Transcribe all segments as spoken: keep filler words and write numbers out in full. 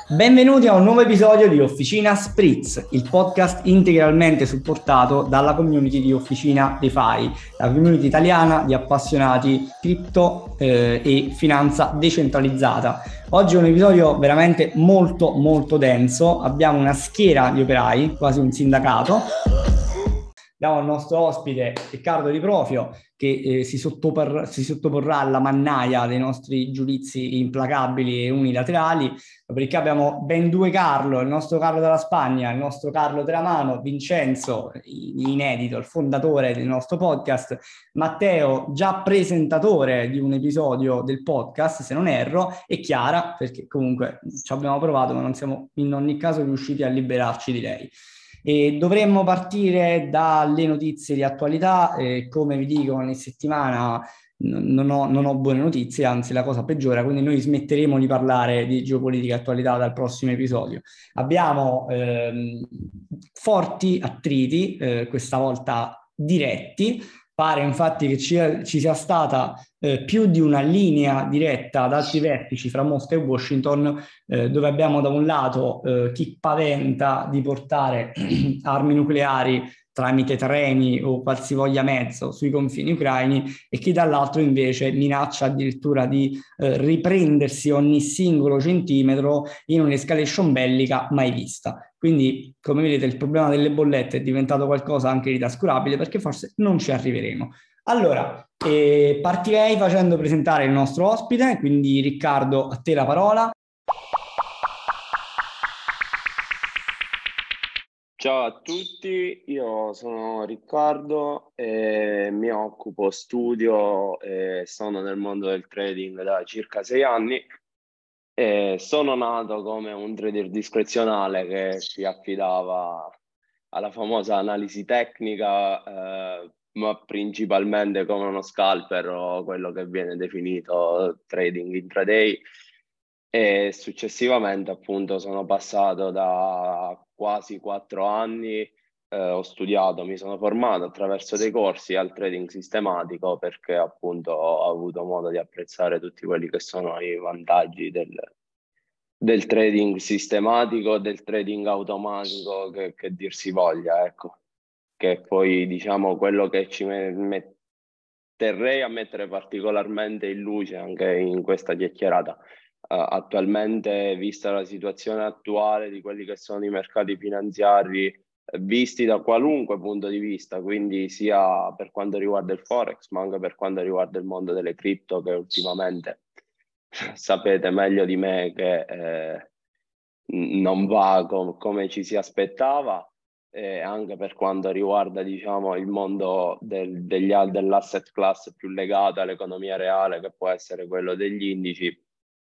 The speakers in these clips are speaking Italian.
Benvenuti a un nuovo episodio di Officina Spritz, il podcast integralmente supportato dalla community di Officina DeFi, la community italiana di appassionati cripto eh, e finanza decentralizzata. Oggi è un episodio veramente molto molto denso, abbiamo una schiera di operai, quasi un sindacato. Abbiamo il nostro ospite Riccardo Di Profio che eh, si, sottopor- si sottoporrà alla mannaia dei nostri giudizi implacabili e unilaterali, perché abbiamo ben due Carlo, il nostro Carlo della Spagna, il nostro Carlo Teramano, Vincenzo, inedito, il fondatore del nostro podcast, Matteo, già presentatore di un episodio del podcast, se non erro, e Chiara, perché comunque ci abbiamo provato, ma non siamo in ogni caso riusciti a liberarci di lei. E dovremmo partire dalle notizie di attualità, eh, come vi dico ogni settimana non ho, non ho buone notizie, anzi la cosa peggiora, quindi noi smetteremo di parlare di geopolitica e attualità dal prossimo episodio. Abbiamo ehm, forti attriti, eh, questa volta diretti. Pare infatti che ci, ci sia stata eh, più di una linea diretta ad alti vertici fra Mosca e Washington, eh, dove abbiamo da un lato eh, chi paventa di portare armi nucleari tramite treni o qualsivoglia mezzo sui confini ucraini e chi dall'altro invece minaccia addirittura di eh, riprendersi ogni singolo centimetro in un'escalation bellica mai vista. Quindi, come vedete, il problema delle bollette è diventato qualcosa anche di trascurabile, perché forse non ci arriveremo. Allora, eh, partirei facendo presentare il nostro ospite, quindi Riccardo, a te la parola. Ciao a tutti, io sono Riccardo e mi occupo, studio e sono nel mondo del trading da circa sei anni. E sono nato come un trader discrezionale che si affidava alla famosa analisi tecnica, eh, ma principalmente come uno scalper o quello che viene definito trading intraday. E successivamente appunto sono passato da quasi quattro anni, eh, ho studiato, mi sono formato attraverso dei corsi al trading sistematico perché appunto ho avuto modo di apprezzare tutti quelli che sono i vantaggi del, del trading sistematico, del trading automatico, che, che dir si voglia, ecco, che poi diciamo quello che ci me, me, terrei a mettere particolarmente in luce anche in questa chiacchierata. Uh, attualmente, vista la situazione attuale di quelli che sono i mercati finanziari, eh, visti da qualunque punto di vista, quindi sia per quanto riguarda il Forex, ma anche per quanto riguarda il mondo delle cripto, che ultimamente sapete meglio di me che eh, non va com- come ci si aspettava, eh, anche per quanto riguarda diciamo, il mondo del, degli, dell'asset class più legato all'economia reale, che può essere quello degli indici.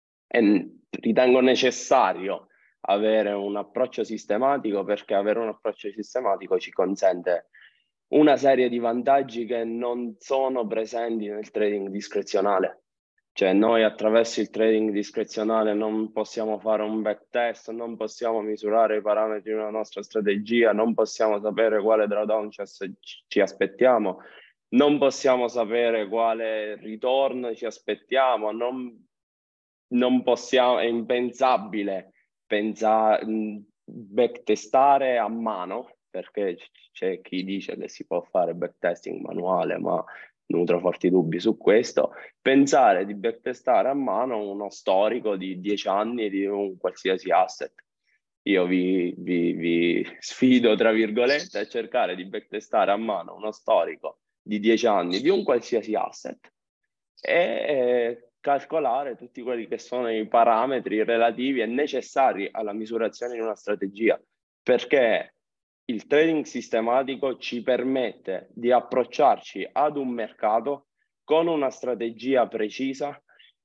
E ritengo necessario avere un approccio sistematico, perché avere un approccio sistematico ci consente una serie di vantaggi che non sono presenti nel trading discrezionale. Cioè noi attraverso il trading discrezionale non possiamo fare un backtest, non possiamo misurare i parametri di una nostra strategia, non possiamo sapere quale drawdown ci aspettiamo, non possiamo sapere quale ritorno ci aspettiamo, non, non possiamo, è impensabile pensare, backtestare a mano, perché c'è chi dice che si può fare backtesting manuale, ma nutro forti dubbi su questo. Pensare di backtestare a mano uno storico di dieci anni di un qualsiasi asset. Io vi, vi, vi sfido, tra virgolette, a cercare di backtestare a mano uno storico di dieci anni di un qualsiasi asset e eh, calcolare tutti quelli che sono i parametri relativi e necessari alla misurazione di una strategia, perché il trading sistematico ci permette di approcciarci ad un mercato con una strategia precisa,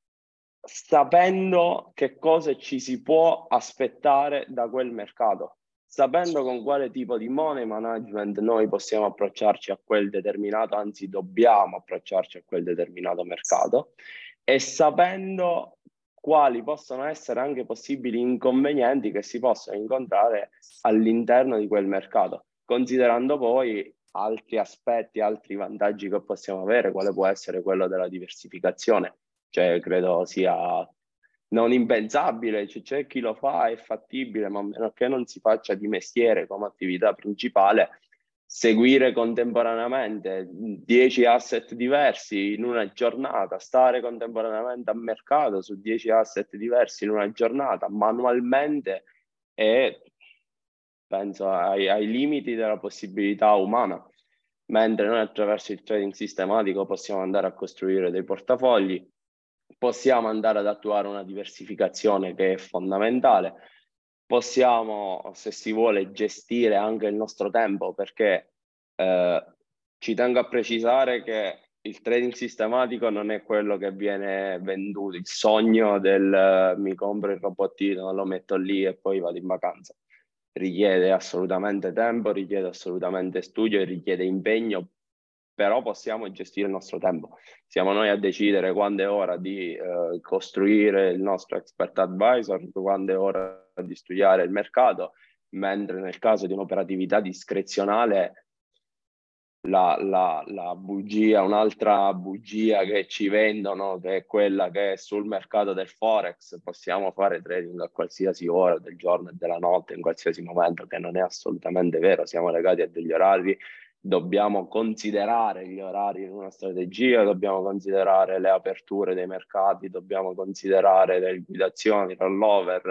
sapendo che cosa ci si può aspettare da quel mercato, sapendo con quale tipo di money management noi possiamo approcciarci a quel determinato, anzi dobbiamo approcciarci a quel determinato mercato, e sapendo quali possono essere anche possibili inconvenienti che si possono incontrare all'interno di quel mercato, considerando poi altri aspetti, altri vantaggi che possiamo avere, quale può essere quello della diversificazione. Cioè credo sia non impensabile, cioè, c'è chi lo fa, è fattibile, ma a meno che non si faccia di mestiere come attività principale, seguire contemporaneamente dieci asset diversi in una giornata, stare contemporaneamente a mercato su dieci asset diversi in una giornata manualmente è, penso, ai, ai limiti della possibilità umana, mentre noi attraverso il trading sistematico possiamo andare a costruire dei portafogli, possiamo andare ad attuare una diversificazione che è fondamentale, possiamo, se si vuole, gestire anche il nostro tempo, perché eh, ci tengo a precisare che il trading sistematico non è quello che viene venduto, il sogno del uh, mi compro il robottino, lo metto lì e poi vado in vacanza. Richiede assolutamente tempo, richiede assolutamente studio e richiede impegno, però possiamo gestire il nostro tempo. Siamo noi a decidere quando è ora di eh, costruire il nostro expert advisor, quando è ora di studiare il mercato, mentre nel caso di un'operatività discrezionale la, la, la bugia, un'altra bugia che ci vendono, che è quella che sul mercato del Forex possiamo fare trading a qualsiasi ora del giorno e della notte, in qualsiasi momento, che non è assolutamente vero. Siamo legati a degli orari, dobbiamo considerare gli orari in una strategia, dobbiamo considerare le aperture dei mercati, dobbiamo considerare le liquidazioni, rollover,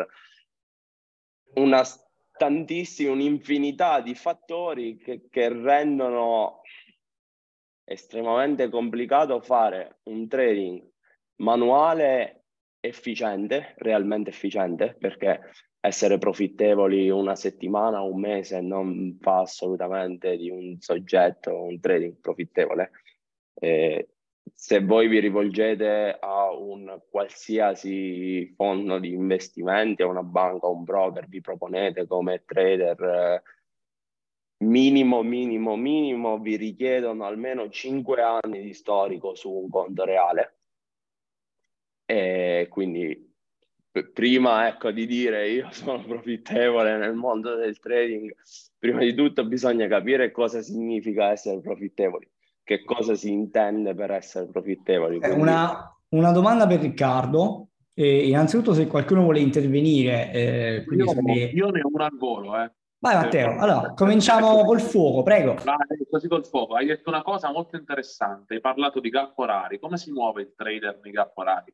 una tantissima, un'infinità di fattori che, che rendono estremamente complicato fare un trading manuale efficiente, realmente efficiente, perché essere profittevoli una settimana o un mese non fa assolutamente di un soggetto un trading profittevole. Eh, se voi vi rivolgete a un qualsiasi fondo di investimenti, a una banca, a un broker, vi proponete come trader eh, minimo, minimo, minimo, vi richiedono almeno cinque anni di storico su un conto reale. E quindi p- prima, ecco, di dire io sono profittevole nel mondo del trading, prima di tutto bisogna capire cosa significa essere profittevoli, che cosa si intende per essere profittevoli. Eh, Quindi Una, una domanda per Riccardo. Eh, innanzitutto, se qualcuno vuole intervenire, eh, quindi Io, sulle... io ne ho una al volo, eh. Vai Per- Matteo, allora per- cominciamo col fuoco, prego. Vai, così col fuoco. Hai detto una cosa molto interessante. Hai parlato di gap orari. Come si muove il trader nei gap orari?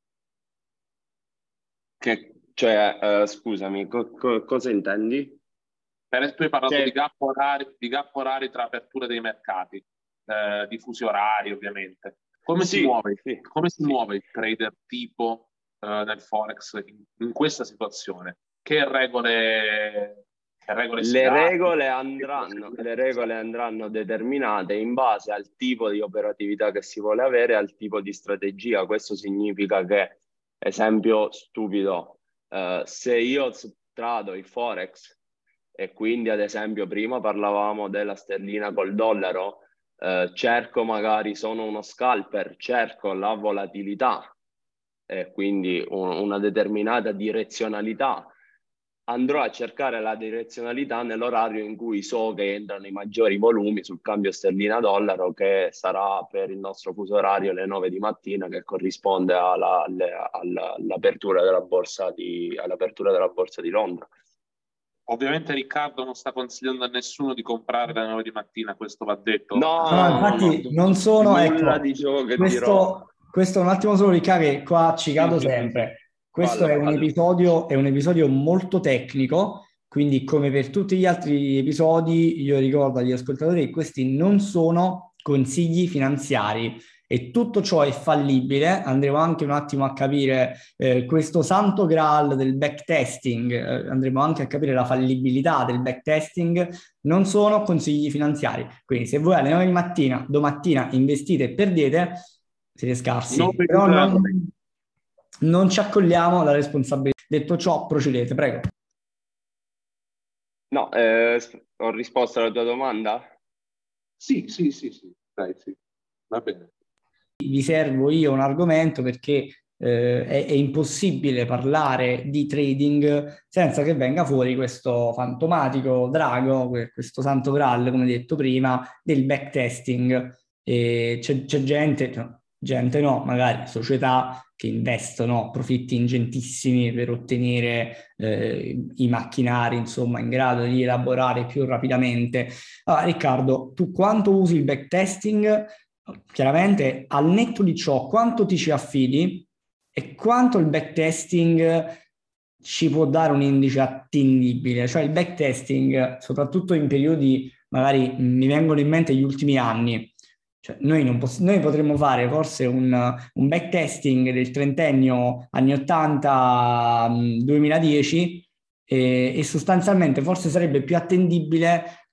che, cioè, eh, scusami, co- co- cosa intendi? Per esempio, hai parlato Cioè, di gap orari, di gap orari tra aperture dei mercati, eh, di fusi orari, ovviamente. Come si sì, muove, sì, come si sì. muove il trader tipo eh, nel Forex in, in questa situazione? Che regole, che regole si Le ha? regole Che andranno, procedure le si usa? regole andranno determinate in base al tipo di operatività che si vuole avere, al tipo di strategia. Questo significa che, esempio stupido, eh, se io s- trado il Forex e quindi, ad esempio, prima parlavamo della sterlina col dollaro, eh, cerco magari, sono uno scalper, cerco la volatilità e quindi un- una determinata direzionalità. Andrò a cercare la direzionalità nell'orario in cui so che entrano i maggiori volumi sul cambio sterlina-dollaro, che sarà per il nostro fuso orario le nove di mattina, che corrisponde alla, alle- alla- all'apertura della borsa di, all'apertura della borsa di Londra. Ovviamente Riccardo non sta consigliando a nessuno di comprare alle nove di mattina, questo va detto. No, No, no, no, no, infatti no, non sono, nulla ecco, di ciò che dirò. questo, questo è un attimo solo Riccardo, che qua ci Sì, cado sì, sì, sì. sempre. Questo è Fallo, un fallo. episodio, è un episodio molto tecnico, quindi come per tutti gli altri episodi, io ricordo agli ascoltatori che questi non sono consigli finanziari e tutto ciò è fallibile. Andremo anche un attimo a capire eh, questo santo graal del backtesting, eh, andremo anche a capire la fallibilità del backtesting. Non sono consigli finanziari, quindi se voi alle nove di mattina, domattina investite e perdete, siete Non scarsi, però vedete non, errori. non ci accolliamo la responsabilità. Detto ciò, procedete, prego. No, eh, ho risposto alla tua domanda? Sì, sì, sì, sì. Dai, sì. Va bene. Vi servo io un argomento perché eh, è, è impossibile parlare di trading senza che venga fuori questo fantomatico drago, questo santo graal, come detto prima, del backtesting. E c'è, c'è gente, no, gente no, magari società che investono profitti ingentissimi per ottenere eh, i macchinari, insomma, in grado di elaborare più rapidamente. Allora, Riccardo, tu quanto usi il backtesting? Chiaramente, al netto di ciò, quanto ti ci affidi e quanto il backtesting ci può dare un indice attendibile? Cioè il backtesting, soprattutto in periodi, magari mi vengono in mente gli ultimi anni, cioè, noi, non poss- noi potremmo fare forse un, un backtesting del trentennio anni ottanta duemiladieci e, e sostanzialmente forse sarebbe più attendibile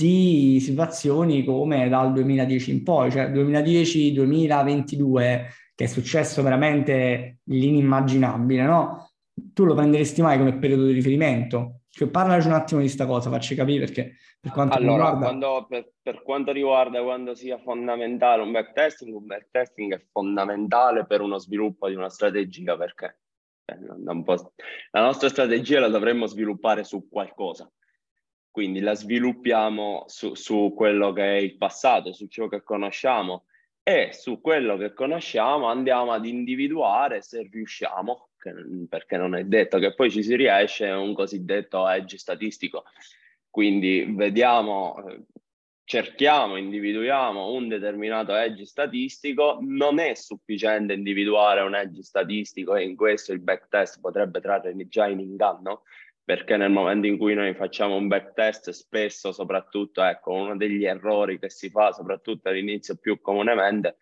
di situazioni come dal duemiladieci in poi, cioè duemiladieci duemilaventidue, che è successo veramente l'inimmaginabile, no? Tu lo prenderesti mai come periodo di riferimento? Cioè, parlaci un attimo di sta cosa, facci capire perché per quanto mi Allora, riguarda... quando, per, per quanto riguarda quando sia fondamentale un backtesting, un backtesting è fondamentale per uno sviluppo di una strategia, perché eh, non- non può- la nostra strategia la dovremmo sviluppare su qualcosa. Quindi la sviluppiamo su, su quello che è il passato, su ciò che conosciamo, e su quello che conosciamo andiamo ad individuare, se riusciamo, che- perché non è detto che poi ci si riesce, un cosiddetto edge statistico. Quindi vediamo, eh, cerchiamo, individuiamo un determinato edge statistico. Non è sufficiente individuare un edge statistico e in questo il backtest potrebbe trarre già in inganno, perché nel momento in cui noi facciamo un backtest, spesso, soprattutto, ecco, uno degli errori che si fa, soprattutto all'inizio più comunemente,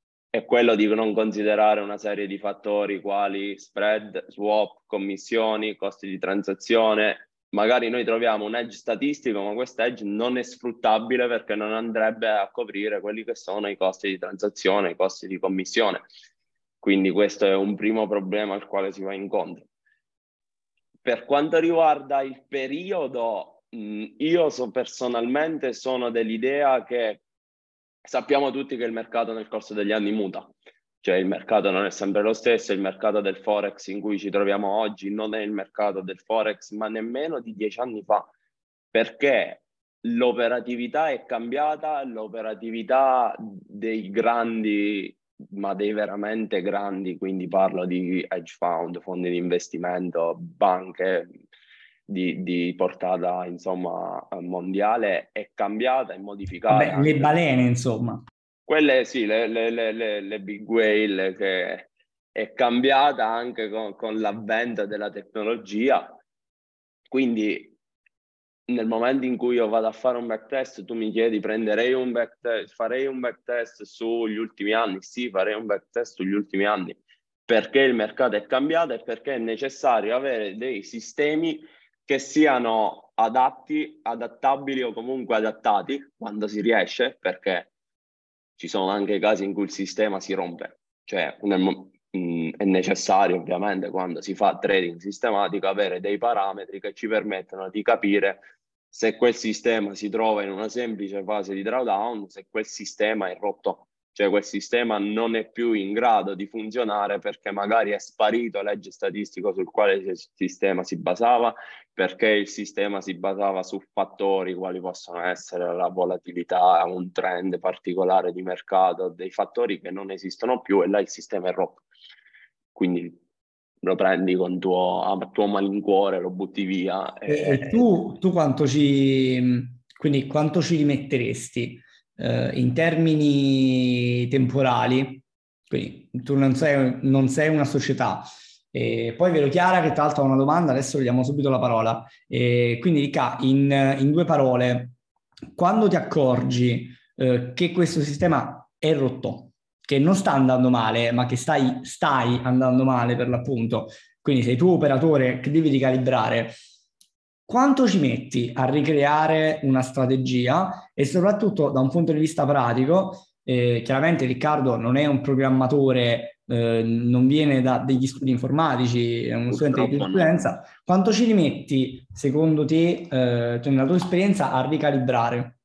è quello di non considerare una serie di fattori quali spread, swap, commissioni, costi di transazione. Magari noi troviamo un edge statistico, ma questo edge non è sfruttabile perché non andrebbe a coprire quelli che sono i costi di transazione, i costi di commissione. Quindi questo è un primo problema al quale si va incontro. Per quanto riguarda il periodo, mh, io so, personalmente sono dell'idea che sappiamo tutti che il mercato nel corso degli anni muta, cioè il mercato non è sempre lo stesso, il mercato del Forex in cui ci troviamo oggi non è il mercato del Forex, ma nemmeno di dieci anni fa, perché l'operatività è cambiata, l'operatività dei grandi, ma dei veramente grandi, quindi parlo di hedge fund, fondi di investimento, banche di, di portata insomma mondiale, è cambiata e modificata Vabbè, le anche. balene, insomma. Quelle sì, le, le, le, le, le big whale, che è cambiata anche con, con l'avvento della tecnologia. Quindi nel momento in cui io vado a fare un backtest, tu mi chiedi, prenderei un backtest, farei un backtest sugli ultimi anni? Sì, farei un backtest sugli ultimi anni, perché il mercato è cambiato e perché è necessario avere dei sistemi che siano adatti, adattabili o comunque adattati quando si riesce, perché ci sono anche casi in cui il sistema si rompe. Cioè nel, mh, è necessario ovviamente quando si fa trading sistematico avere dei parametri che ci permettono di capire se quel sistema si trova in una semplice fase di drawdown, se quel sistema è rotto, cioè quel sistema non è più in grado di funzionare perché magari è sparito l'edge statistico sul quale il sistema si basava, perché il sistema si basava su fattori quali possono essere la volatilità, un trend particolare di mercato, dei fattori che non esistono più e là il sistema è rotto. Quindi lo prendi con tuo, a tuo malincuore, lo butti via. E, E... e tu, tu quanto ci, quindi quanto ci rimetteresti eh, in termini temporali? Quindi tu non sei, non sei una società. E poi vedo Chiara che tra l'altro ha una domanda, adesso le diamo subito la parola. E quindi Ricca, in, in due parole, quando ti accorgi eh, che questo sistema è rotto, che non sta andando male, ma che stai, stai andando male per l'appunto, quindi sei tu operatore che devi ricalibrare, quanto ci metti a ricreare una strategia e soprattutto da un punto di vista pratico, eh, chiaramente Riccardo non è un programmatore, eh, non viene da degli studi informatici, è uno studente di Purtroppo no. giurisprudenza, quanto ci rimetti secondo te, eh, nella tua esperienza, a ricalibrare?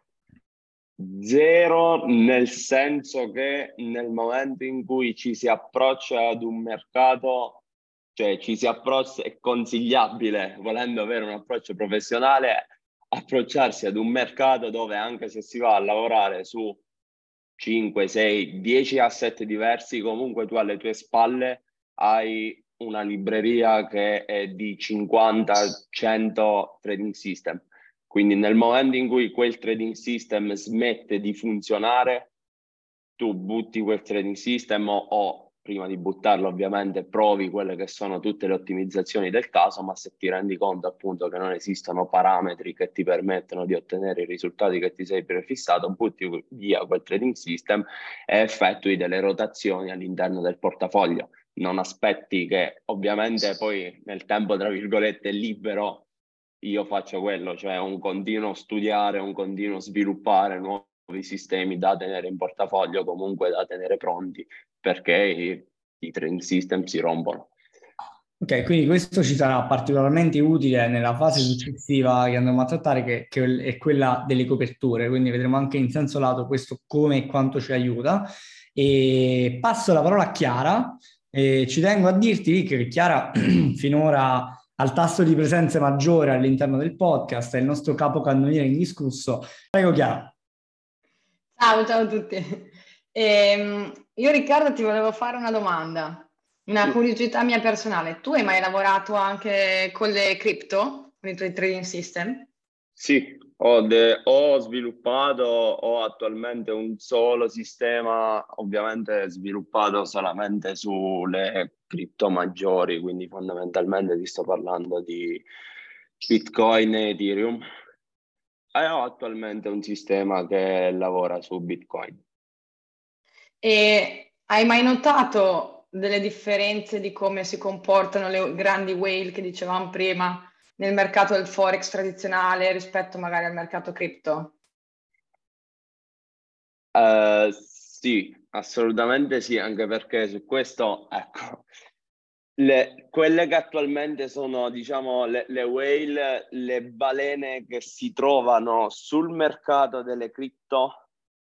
Zero, nel senso che nel momento in cui ci si approccia ad un mercato, cioè ci si approccia, è consigliabile, volendo avere un approccio professionale, approcciarsi ad un mercato dove, anche se si va a lavorare su cinque, sei, dieci asset diversi, comunque tu alle tue spalle hai una libreria che è di cinquanta cento trading system. Quindi nel momento in cui quel trading system smette di funzionare, tu butti quel trading system o, o prima di buttarlo ovviamente provi quelle che sono tutte le ottimizzazioni del caso, ma se ti rendi conto appunto che non esistono parametri che ti permettono di ottenere i risultati che ti sei prefissato, butti via quel trading system e effettui delle rotazioni all'interno del portafoglio. Non aspetti che ovviamente poi nel tempo tra virgolette libero io faccio quello, cioè un continuo studiare, un continuo sviluppare nuovi sistemi da tenere in portafoglio, comunque da tenere pronti, perché i, i trading system si rompono. Ok, quindi questo ci sarà particolarmente utile nella fase successiva che andremo a trattare, che, che è quella delle coperture, quindi vedremo anche in senso lato questo come e quanto ci aiuta. E passo la parola a Chiara. E ci tengo a dirti che Chiara finora al tasso di presenza maggiore all'interno del podcast, è il nostro capocannoniere indiscusso. Prego Chiara. Ciao, ciao a tutti. Ehm, io Riccardo ti volevo fare una domanda, una Sì. curiosità mia personale. Tu hai mai lavorato anche con le cripto, con i tuoi trading system? Sì, ho, de- ho sviluppato, ho attualmente un solo sistema, ovviamente sviluppato solamente sulle cripto maggiori, quindi fondamentalmente ti sto parlando di Bitcoin e Ethereum. E ho attualmente un sistema che lavora su Bitcoin. E hai mai notato delle differenze di come si comportano le grandi whale che dicevamo prima nel mercato del Forex tradizionale rispetto magari al mercato cripto? Uh, sì, assolutamente sì, anche perché su questo, ecco, le, quelle che attualmente sono, diciamo, le, le whale, le balene che si trovano sul mercato delle cripto,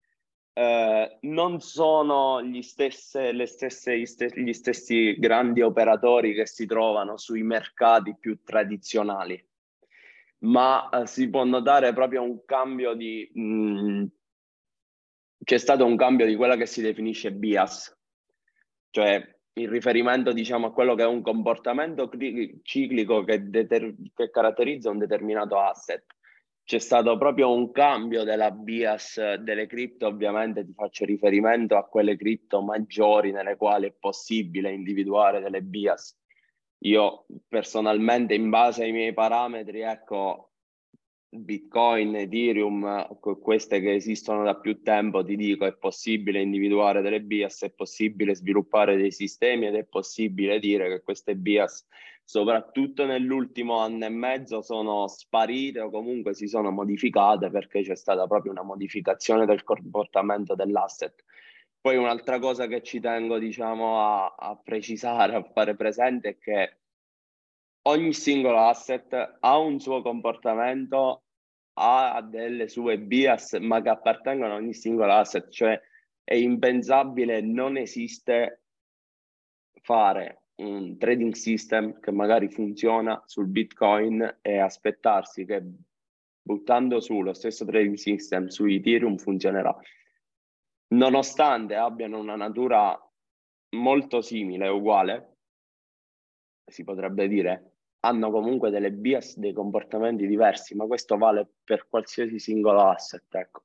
eh, non sono gli, stesse, le stesse, gli, st- gli stessi grandi operatori che si trovano sui mercati più tradizionali, ma eh, si può notare proprio un cambio di... Mh, c'è stato un cambio di quella che si definisce bias, cioè in riferimento, diciamo, a quello che è un comportamento cli- ciclico che, deter- che caratterizza un determinato asset. C'è stato proprio un cambio della bias delle cripto, ovviamente ti faccio riferimento a quelle cripto maggiori nelle quali è possibile individuare delle bias. Io personalmente, in base ai miei parametri, ecco, Bitcoin, Ethereum, queste che esistono da più tempo, ti dico, è possibile individuare delle bias, è possibile sviluppare dei sistemi ed è possibile dire che queste bias, soprattutto nell'ultimo anno e mezzo, sono sparite o comunque si sono modificate perché c'è stata proprio una modificazione del comportamento dell'asset. Poi un'altra cosa che ci tengo, diciamo, a, a precisare, a fare presente è che ogni singolo asset ha un suo comportamento, ha delle sue bias, ma che appartengono a ogni singolo asset, cioè è impensabile, non esiste fare un trading system che magari funziona sul Bitcoin e aspettarsi che buttando su lo stesso trading system su Ethereum funzionerà. Nonostante abbiano una natura molto simile, uguale, si potrebbe dire, hanno comunque delle bias, dei comportamenti diversi, ma questo vale per qualsiasi singolo asset, ecco.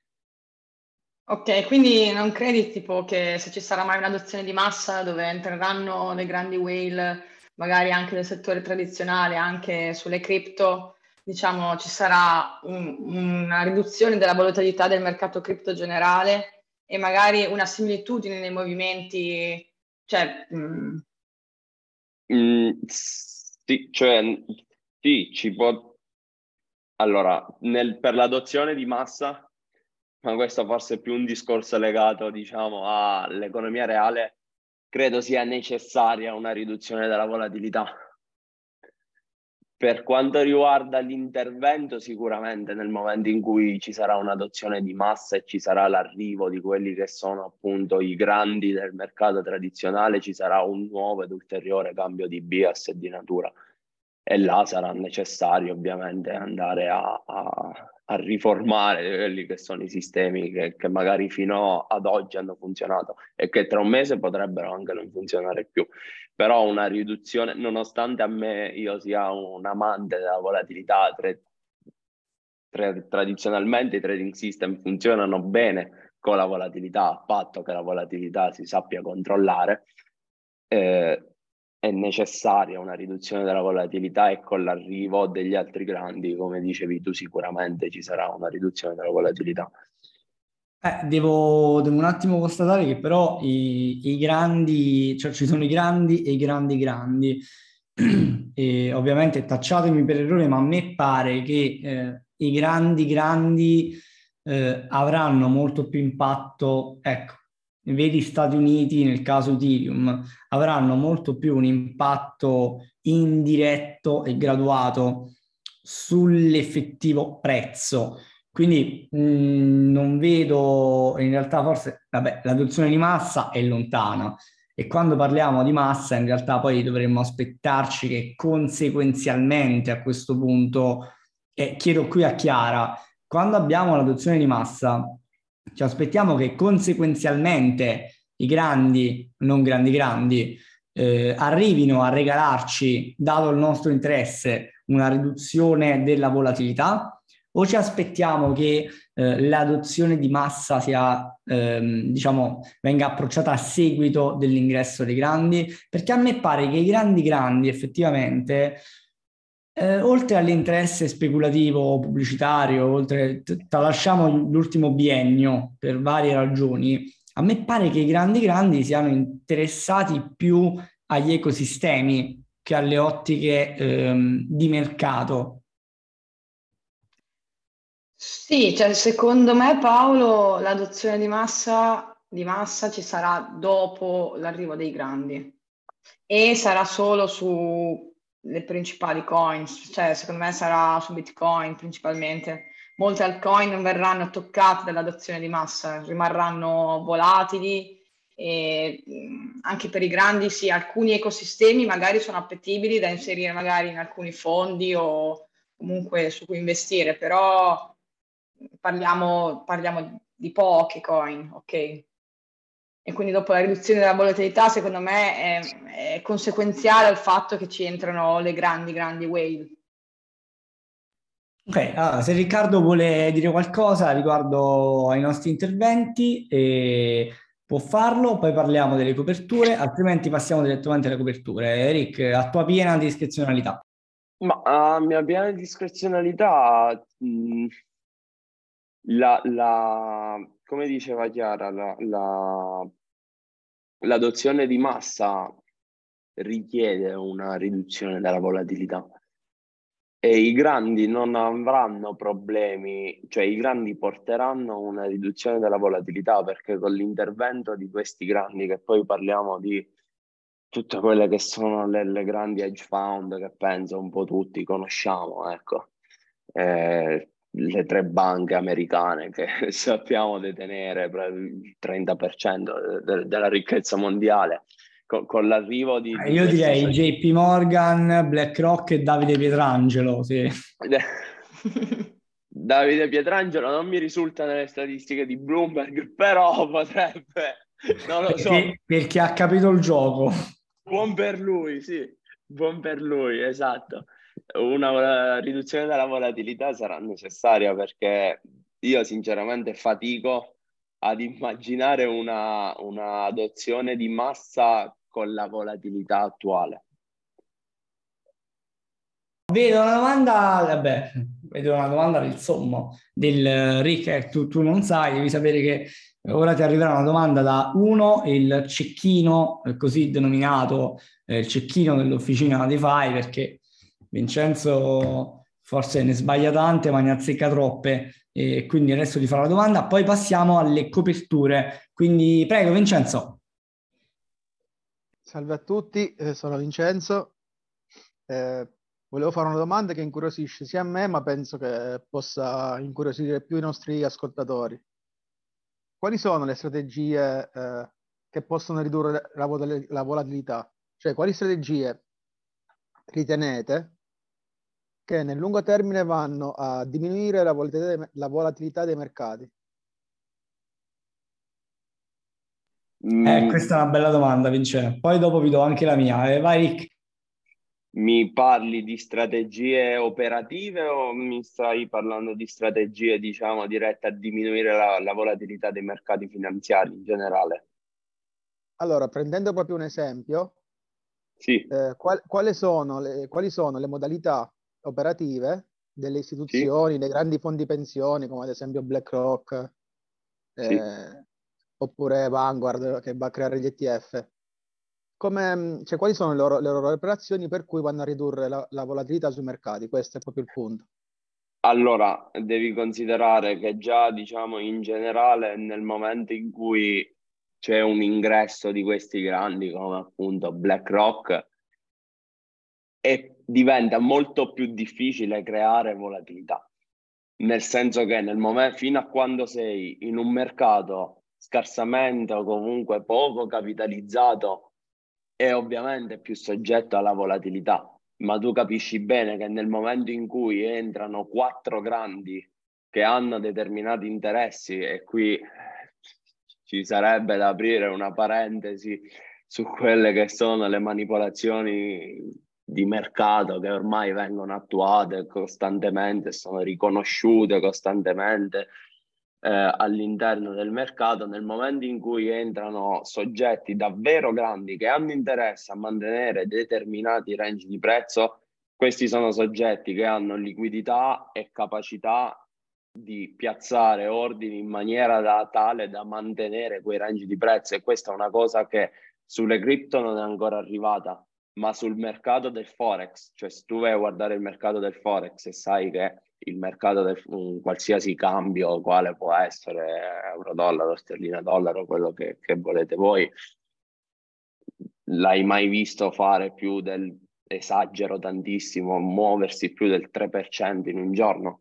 Ok, quindi non credi tipo che se ci sarà mai un'adozione di massa dove entreranno le grandi whale, magari anche nel settore tradizionale, anche sulle cripto, diciamo ci sarà un- una riduzione della volatilità del mercato cripto generale e magari una similitudine nei movimenti, cioè... mh, Mm, sì, cioè, sì, ci può... Allora, nel- per l'adozione di massa, ma questo forse è più un discorso legato, diciamo, all'economia reale, credo sia necessaria una riduzione della volatilità. Per quanto riguarda l'intervento, sicuramente nel momento in cui ci sarà un'adozione di massa e ci sarà l'arrivo di quelli che sono appunto i grandi del mercato tradizionale, ci sarà un nuovo ed ulteriore cambio di bias e di natura. E là sarà necessario ovviamente andare a, a, a riformare quelli che sono i sistemi che, che magari fino ad oggi hanno funzionato e che tra un mese potrebbero anche non funzionare più. Però una riduzione, nonostante a me io sia un amante della volatilità, tra, tra, tradizionalmente i trading system funzionano bene con la volatilità, a patto che la volatilità si sappia controllare. Eh, è necessaria una riduzione della volatilità e con l'arrivo degli altri grandi, come dicevi tu, sicuramente ci sarà una riduzione della volatilità. Eh, devo, devo un attimo constatare che però i, i grandi, cioè ci sono i grandi e i grandi grandi. E ovviamente tacciatemi per errore, ma a me pare che eh, i grandi grandi eh, avranno molto più impatto, ecco, vedi Stati Uniti nel caso Ethereum, avranno molto più un impatto indiretto e graduato sull'effettivo prezzo. Quindi mh, non vedo, in realtà forse, vabbè, l'adozione di massa è lontana e quando parliamo di massa in realtà poi dovremmo aspettarci che conseguenzialmente a questo punto, e chiedo qui a Chiara, quando abbiamo l'adozione di massa ci aspettiamo che conseguenzialmente i grandi, non grandi grandi, eh, arrivino a regalarci, dato il nostro interesse, una riduzione della volatilità, o ci aspettiamo che eh, l'adozione di massa sia, ehm, diciamo, venga approcciata a seguito dell'ingresso dei grandi? Perché a me pare che i grandi grandi effettivamente, eh, oltre all'interesse speculativo pubblicitario, oltre, tralasciamo l'ultimo biennio per varie ragioni, a me pare che i grandi grandi siano interessati più agli ecosistemi che alle ottiche ehm, di mercato. Sì, cioè secondo me Paolo l'adozione di massa, di massa ci sarà dopo l'arrivo dei grandi e sarà solo sulle principali coins, cioè secondo me sarà su Bitcoin principalmente. Molte altcoin non verranno toccate dall'adozione di massa, rimarranno volatili e mh, anche per i grandi sì, alcuni ecosistemi magari sono appetibili da inserire magari in alcuni fondi o comunque su cui investire, però parliamo, parliamo di poche coin, ok? E quindi dopo la riduzione della volatilità, secondo me, è, è conseguenziale al fatto che ci entrano le grandi, grandi whale. Ok, allora, se Riccardo vuole dire qualcosa riguardo ai nostri interventi, eh, può farlo, poi parliamo delle coperture, altrimenti passiamo direttamente alle coperture. Rick, a tua piena discrezionalità. Ma a mia piena discrezionalità, mh, la, la, come diceva Chiara, la, la, l'adozione di massa richiede una riduzione della volatilità e i grandi non avranno problemi, cioè i grandi porteranno una riduzione della volatilità perché con l'intervento di questi grandi, che poi parliamo di tutte quelle che sono le, le grandi hedge fund che penso un po' tutti conosciamo, ecco, eh, le tre banche americane che sappiamo detenere il trenta per cento de- della ricchezza mondiale. Con, con l'arrivo di, Eh, di Io questi direi so- J P Morgan, BlackRock e Davide Pietrangelo, sì. Davide Pietrangelo non mi risulta nelle statistiche di Bloomberg, però potrebbe, non lo so. Perché, perché ha capito il gioco. Buon per lui, sì, buon per lui, esatto. Una riduzione della volatilità sarà necessaria perché io sinceramente fatico ad immaginare una, una adozione di massa con la volatilità attuale. Vedo una domanda, vabbè, vedo una domanda del sommo del Rick, eh, tu, tu non sai, devi sapere che ora ti arriverà una domanda da uno, il cecchino, eh, così denominato, eh, il cecchino dell'officina DeFi, perché Vincenzo forse ne sbaglia tante, ma ne azzecca troppe, e quindi adesso ti farò la domanda, poi passiamo alle coperture. Quindi prego Vincenzo. Salve a tutti, eh, sono Vincenzo. Eh, volevo fare una domanda che incuriosisce sia a me, ma penso che possa incuriosire più i nostri ascoltatori. Quali sono le strategie eh, che possono ridurre la, vol- la volatilità? Cioè, quali strategie ritenete che nel lungo termine vanno a diminuire la volatilità dei, la volatilità dei mercati? Eh, questa è una bella domanda, Vincenzo. Poi dopo vi do anche la mia. Eh, vai, Rick. Mi parli di strategie operative o mi stai parlando di strategie, diciamo, dirette a diminuire la, la volatilità dei mercati finanziari in generale? Allora, prendendo proprio un esempio, Sì, eh, qual- quali sono le, quali sono le modalità operative delle sì, istituzioni, dei grandi fondi pensioni, come ad esempio BlackRock, sì. eh, oppure Vanguard, che va a creare gli E T F? Come, cioè, quali sono le loro, le loro operazioni per cui vanno a ridurre la, la volatilità sui mercati? Questo è proprio il punto. Allora, devi considerare che già, diciamo, in generale, nel momento in cui c'è un ingresso di questi grandi, come appunto BlackRock, e diventa molto più difficile creare volatilità. Nel senso che nel momento, fino a quando sei in un mercato scarsamente o comunque poco capitalizzato, è ovviamente più soggetto alla volatilità. Ma tu capisci bene che nel momento in cui entrano quattro grandi che hanno determinati interessi, e qui ci sarebbe da aprire una parentesi su quelle che sono le manipolazioni di mercato che ormai vengono attuate costantemente, sono riconosciute costantemente eh, all'interno del mercato. Nel momento in cui entrano soggetti davvero grandi che hanno interesse a mantenere determinati range di prezzo, questi sono soggetti che hanno liquidità e capacità di piazzare ordini in maniera da, tale da mantenere quei range di prezzo, e questa è una cosa che sulle cripto non è ancora arrivata, ma sul mercato del Forex, cioè se tu vai a guardare il mercato del Forex e sai che il mercato del un qualsiasi cambio, quale può essere euro-dollaro, sterlina-dollaro, quello che, che volete voi, l'hai mai visto fare più del, esagero tantissimo, muoversi più del tre per cento in un giorno?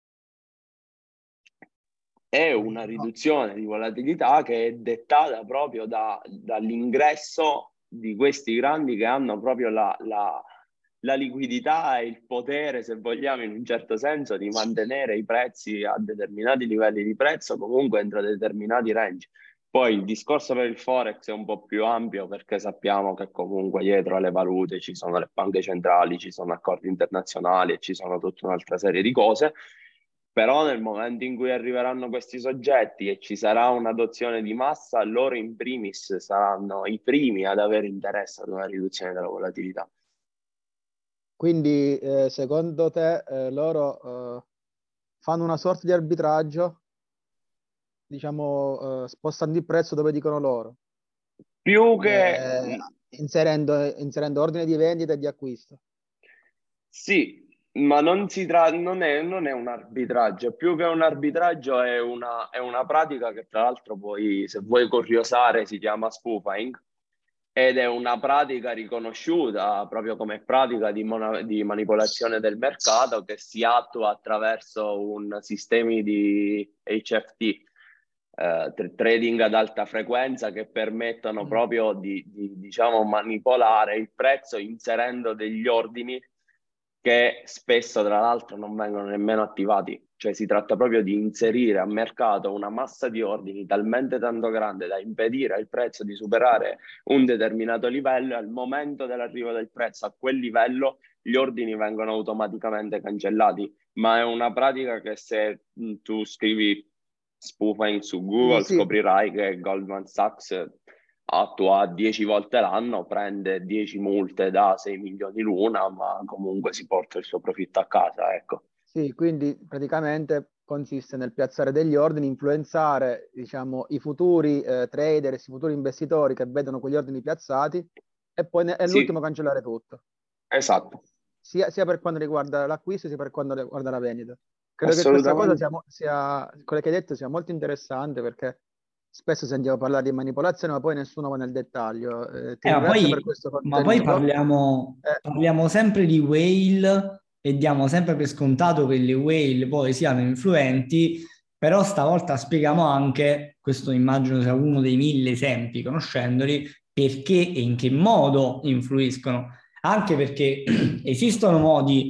È una riduzione di volatilità che è dettata proprio da, dall'ingresso di questi grandi che hanno proprio la, la, la liquidità e il potere, se vogliamo, in un certo senso, di mantenere i prezzi a determinati livelli di prezzo, comunque entro determinati range. Poi il discorso per il Forex è un po' più ampio, perché sappiamo che comunque dietro alle valute ci sono le banche centrali, ci sono accordi internazionali e ci sono tutta un'altra serie di cose. Però nel momento in cui arriveranno questi soggetti e ci sarà un'adozione di massa, loro in primis saranno i primi ad avere interesse ad una riduzione della volatilità. Quindi, eh, secondo te, eh, loro eh, fanno una sorta di arbitraggio, diciamo, eh, spostando il prezzo dove dicono loro, Più che... eh, inserendo, inserendo ordine di vendita e di acquisto? Sì, ma non si tra... non è, non è un arbitraggio, più che un arbitraggio è una, è una pratica che tra l'altro poi, se vuoi curiosare, si chiama spoofing, ed è una pratica riconosciuta proprio come pratica di, mona- di manipolazione del mercato, che si attua attraverso un sistemi di H F T, eh, tra- trading ad alta frequenza, che permettono Mm. proprio di, di, diciamo, manipolare il prezzo inserendo degli ordini che spesso tra l'altro non vengono nemmeno attivati. Cioè si tratta proprio di inserire a mercato una massa di ordini talmente tanto grande da impedire al prezzo di superare un determinato livello, e al momento dell'arrivo del prezzo a quel livello gli ordini vengono automaticamente cancellati. Ma è una pratica che, se tu scrivi spoofing su Google, Sì, sì. scoprirai che Goldman Sachs attua dieci volte l'anno, prende dieci multe da sei milioni l'una, ma comunque si porta il suo profitto a casa, ecco. Sì, quindi praticamente consiste nel piazzare degli ordini, influenzare, diciamo, i futuri eh, trader, i futuri investitori che vedono quegli ordini piazzati, e poi ne- è Sì, l'ultimo cancellare tutto, esatto, sia, sia per quanto riguarda l'acquisto sia per quanto riguarda la vendita. Credo che questa cosa assolutamente. sia, mo- sia, quello che hai detto sia molto interessante, perché spesso sentiamo parlare di manipolazione, ma poi nessuno va nel dettaglio. Eh, ti Eh, ma ringrazio per poi, questo ma poi contenuto. parliamo, Eh, parliamo sempre di whale e diamo sempre per scontato che le whale poi siano influenti, però stavolta spieghiamo anche, questo immagino sia uno dei mille esempi, conoscendoli, perché e in che modo influiscono. Anche perché esistono modi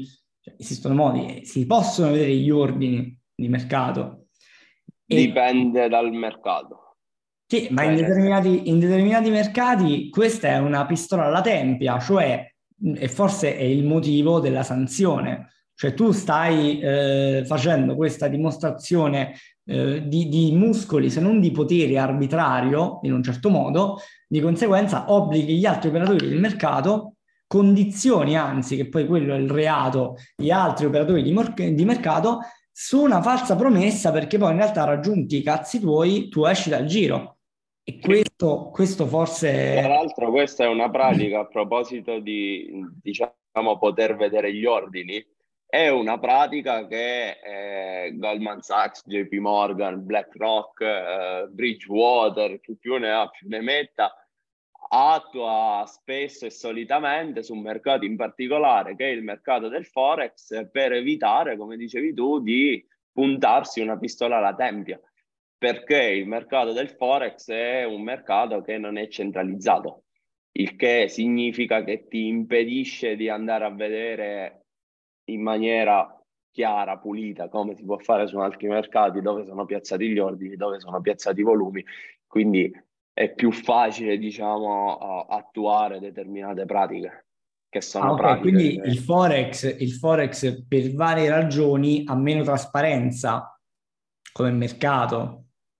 Cioè, esistono modi, si possono vedere gli ordini di mercato. E, Dipende dal mercato. sì, ma Cioè, in nel senso- determinati, in determinati mercati questa è una pistola alla tempia, cioè, e forse è il motivo della sanzione. Cioè tu stai eh, facendo questa dimostrazione eh, di, di muscoli, se non di potere arbitrario, in un certo modo, di conseguenza obblighi gli altri operatori del mercato, condizioni anzi, che poi quello è il reato, gli altri operatori di, mor- di mercato, su una falsa promessa, perché poi in realtà raggiunti i cazzi tuoi, tu esci dal giro. E questo, questo forse... Tra l'altro questa è una pratica, a proposito di, diciamo, poter vedere gli ordini, è una pratica che eh, Goldman Sachs, J P Morgan, BlackRock, eh, Bridgewater, chi più ne ha più ne metta, attua spesso e solitamente su un mercato in particolare, che è il mercato del Forex, per evitare, come dicevi tu, di puntarsi una pistola alla tempia, perché il mercato del Forex è un mercato che non è centralizzato, il che significa che ti impedisce di andare a vedere in maniera chiara, pulita, come si può fare su altri mercati dove sono piazzati gli ordini, dove sono piazzati i volumi. Quindi è più facile, diciamo, attuare determinate pratiche, che sono Ah, ok, pratiche quindi che... il Forex, il Forex per varie ragioni ha meno trasparenza come mercato.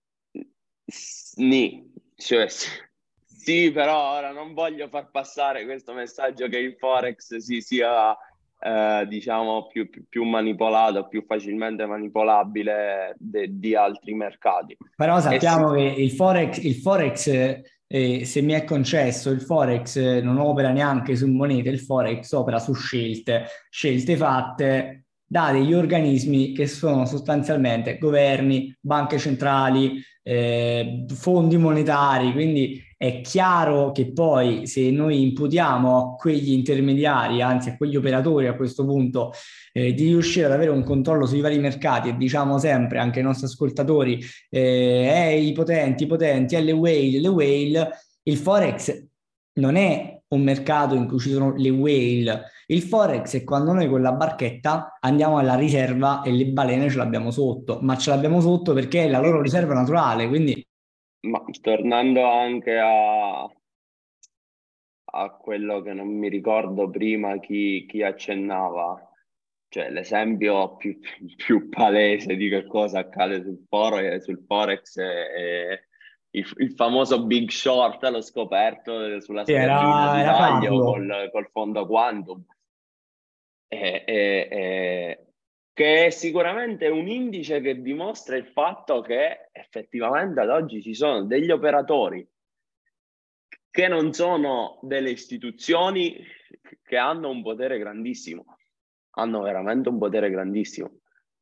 Sì, cioè, sì, sì, però ora non voglio far passare questo messaggio che il Forex si sia, eh, diciamo, più, più, più manipolato, più facilmente manipolabile de- di altri mercati. Però E sì, sappiamo che il Forex, il Forex eh, se mi è concesso, il Forex eh, non opera neanche su monete, il Forex opera su scelte, scelte fatte da degli organismi che sono sostanzialmente governi, banche centrali, eh, fondi monetari, quindi è chiaro che poi se noi imputiamo a quegli intermediari, anzi a quegli operatori a questo punto, eh, di riuscire ad avere un controllo sui vari mercati e diciamo sempre anche ai nostri ascoltatori, eh, eh, i potenti, i potenti, eh, le whale, le whale, il Forex non è un mercato in cui ci sono le whale, il Forex è quando noi con la barchetta andiamo alla riserva e le balene ce l'abbiamo sotto, ma ce l'abbiamo sotto perché è la loro riserva naturale, quindi... ma tornando anche a, a quello che non mi ricordo prima chi, chi accennava, cioè l'esempio più, più palese di che cosa accade sul, foro, sul Forex è, è il, il famoso Big Short, l'ho scoperto sulla Sì, sterlina era, di era taglio Carlo. col, col fondo quantum, e, e- e- che è sicuramente un indice che dimostra il fatto che effettivamente ad oggi ci sono degli operatori che non sono delle istituzioni, che hanno un potere grandissimo, hanno veramente un potere grandissimo.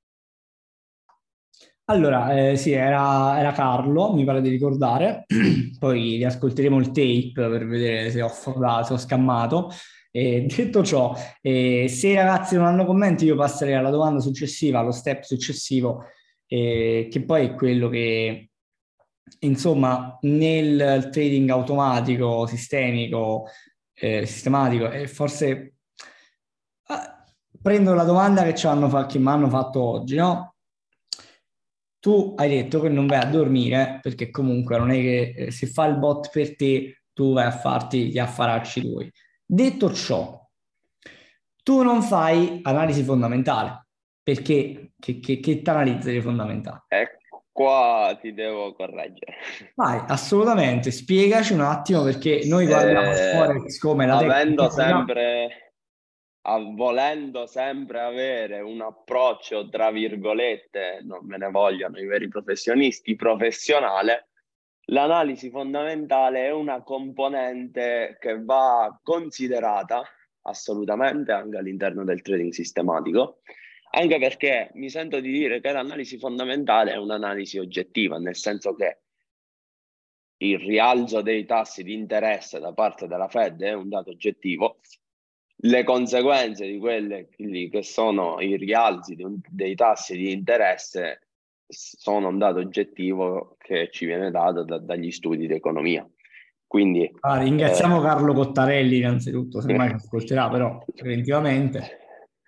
Allora, eh, sì, era, era Carlo, mi pare di ricordare, poi riascolteremo il tape per vedere se ho, frodato, se ho scammato. E detto ciò, eh, se i ragazzi non hanno commenti, io passerei alla domanda successiva, allo step successivo, eh, che poi è quello che, insomma, nel trading automatico, sistemico, eh, sistematico, e forse ah, prendo la domanda che ci hanno fa- che mi hanno fatto oggi, no? Tu hai detto che non vai a dormire perché comunque non è che eh, se fa il bot per te, tu vai a farti gli affaracci tuoi. Detto ciò, tu non fai analisi fondamentale perché che, che, che ti analizzi le fondamentali? Ecco, qua ti devo correggere. Vai, assolutamente, spiegaci un attimo perché noi guardiamo il Eh, Forex come la avendo tecnica. sempre, a- volendo sempre avere un approccio, tra virgolette, non me ne vogliono i veri professionisti, professionale, l'analisi fondamentale è una componente che va considerata assolutamente anche all'interno del trading sistematico, anche perché mi sento di dire che l'analisi fondamentale è un'analisi oggettiva, nel senso che il rialzo dei tassi di interesse da parte della Fed è un dato oggettivo, le conseguenze di quelle che sono i rialzi un, dei tassi di interesse sono un dato oggettivo che ci viene dato da, dagli studi di economia. Quindi Ah, ringraziamo eh, Carlo Cottarelli innanzitutto, semmai ci ascolterà, però preventivamente.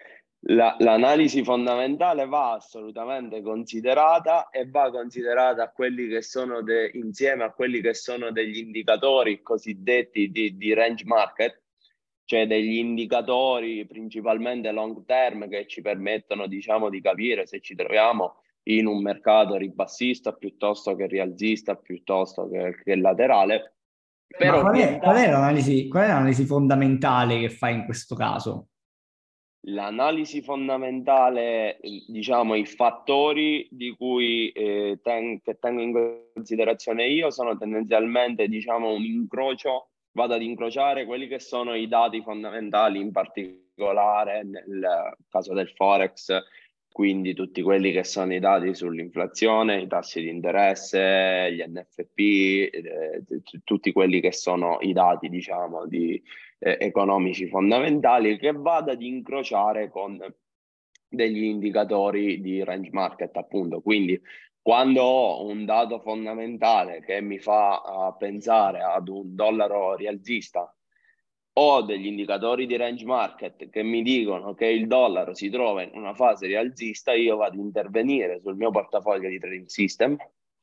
La, l'analisi fondamentale va assolutamente considerata e va considerata a quelli che sono de, insieme a quelli che sono degli indicatori cosiddetti di, di range market, cioè degli indicatori principalmente long term che ci permettono, diciamo, di capire se ci troviamo in un mercato ribassista piuttosto che rialzista, piuttosto che, che laterale. Ma qual è, qual è l'analisi, qual è l'analisi fondamentale che fai in questo caso? L'analisi fondamentale, diciamo, i fattori di cui eh, ten- che tengo in considerazione io sono tendenzialmente, diciamo, un incrocio, vado ad incrociare quelli che sono i dati fondamentali, in particolare nel caso del Forex, quindi tutti quelli che sono i dati sull'inflazione, i tassi di interesse, gli N F P, eh, t- tutti quelli che sono i dati, diciamo, di Eh, economici fondamentali, che vada ad incrociare con degli indicatori di range market, appunto. Quindi quando ho un dato fondamentale che mi fa uh, pensare ad un dollaro rialzista, ho degli indicatori di range market che mi dicono che il dollaro si trova in una fase rialzista, io vado ad intervenire sul mio portafoglio di trading system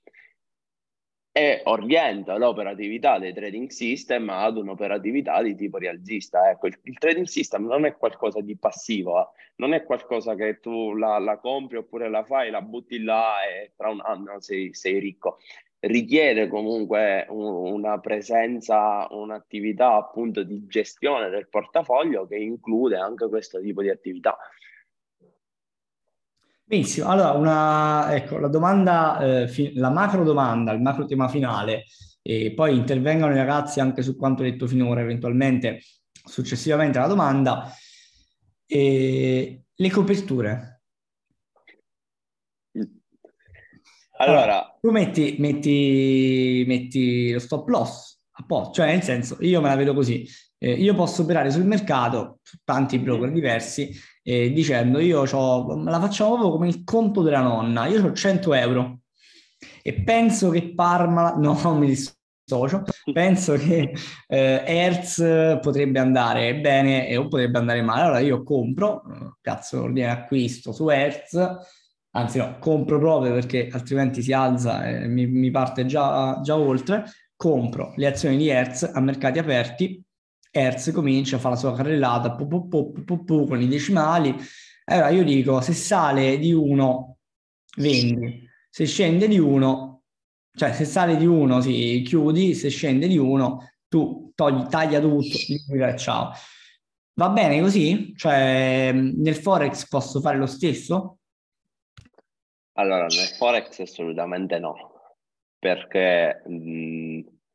e orienta l'operatività dei trading system ad un'operatività di tipo rialzista. Ecco, il, il trading system non è qualcosa di passivo, eh. Non è qualcosa che tu la, la compri oppure la fai, la butti là e tra un anno sei, sei ricco. Richiede comunque un, una presenza, un'attività appunto di gestione del portafoglio che include anche questo tipo di attività. Benissimo, allora una, ecco, la domanda, eh, fi- la macro domanda, il macro tema finale, e poi intervengono i ragazzi anche su quanto detto finora, eventualmente successivamente alla domanda. E le coperture. Allora, Allora, tu metti, metti, metti lo stop loss a posto, cioè nel senso, io me la vedo così, eh, io posso operare sul mercato, su tanti broker diversi, eh, dicendo io c'ho, la facciamo proprio come il conto della nonna, io ho cento euro e penso che Parmalat, no, non mi dissocio, penso che eh, Hertz potrebbe andare bene e o potrebbe andare male, allora io compro, eh, cazzo ordine acquisto su Hertz, anzi no, compro proprio perché altrimenti si alza e mi, mi parte già, già oltre, compro le azioni di Hertz a mercati aperti, Hertz comincia a fare la sua carrellata pu, pu, pu, pu, pu, con i decimali, allora io dico se sale di uno vendi, se scende di uno, cioè se sale di uno si chiudi, se scende di uno tu togli, taglia tutto, liquida e ciao. Va bene così? Cioè nel Forex posso fare lo stesso? Allora, nel Forex assolutamente no, perché mh,